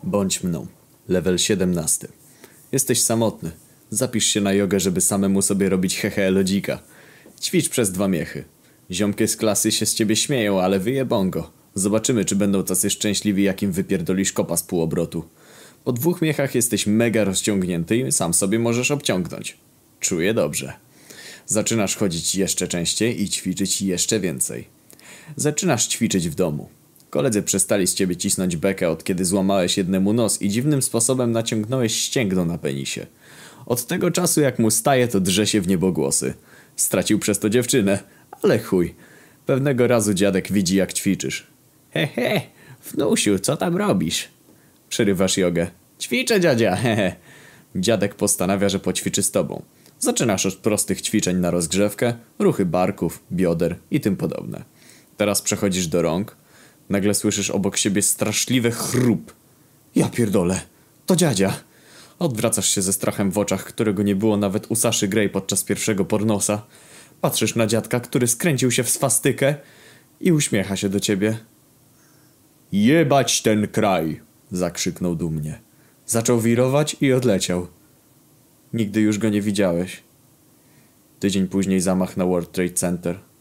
Bądź mną. Level 17. Jesteś samotny. Zapisz się na jogę, żeby samemu sobie robić hehe lodzika. Ćwicz przez 2 miechy. Ziomkie z klasy się z ciebie śmieją, ale wyjebą go. Zobaczymy, czy będą tacy szczęśliwi, jak im wypierdolisz kopa z półobrotu. Po 2 miechach jesteś mega rozciągnięty i sam sobie możesz obciągnąć. Czuję dobrze. Zaczynasz chodzić jeszcze częściej i ćwiczyć jeszcze więcej. Zaczynasz ćwiczyć w domu. Koledzy przestali z ciebie cisnąć bekę, od kiedy złamałeś jednemu nos i dziwnym sposobem naciągnąłeś ścięgno na penisie. Od tego czasu jak mu staje, to drze się w niebogłosy. Stracił przez to dziewczynę, ale chuj. Pewnego razu dziadek widzi, jak ćwiczysz. He, wnusiu, co tam robisz? Przerywasz jogę. Ćwiczę, dziadzia, hehe. Dziadek postanawia, że poćwiczy z tobą. Zaczynasz od prostych ćwiczeń na rozgrzewkę, ruchy barków, bioder i tym podobne. Teraz przechodzisz do rąk. Nagle słyszysz obok siebie straszliwy chrup. Ja pierdolę, to dziadzia. Odwracasz się ze strachem w oczach, którego nie było nawet u Saszy Grey podczas pierwszego pornosa. Patrzysz na dziadka, który skręcił się w swastykę i uśmiecha się do ciebie. Jebać ten kraj! Zakrzyknął dumnie. Zaczął wirować i odleciał. Nigdy już go nie widziałeś. Tydzień później zamach na World Trade Center.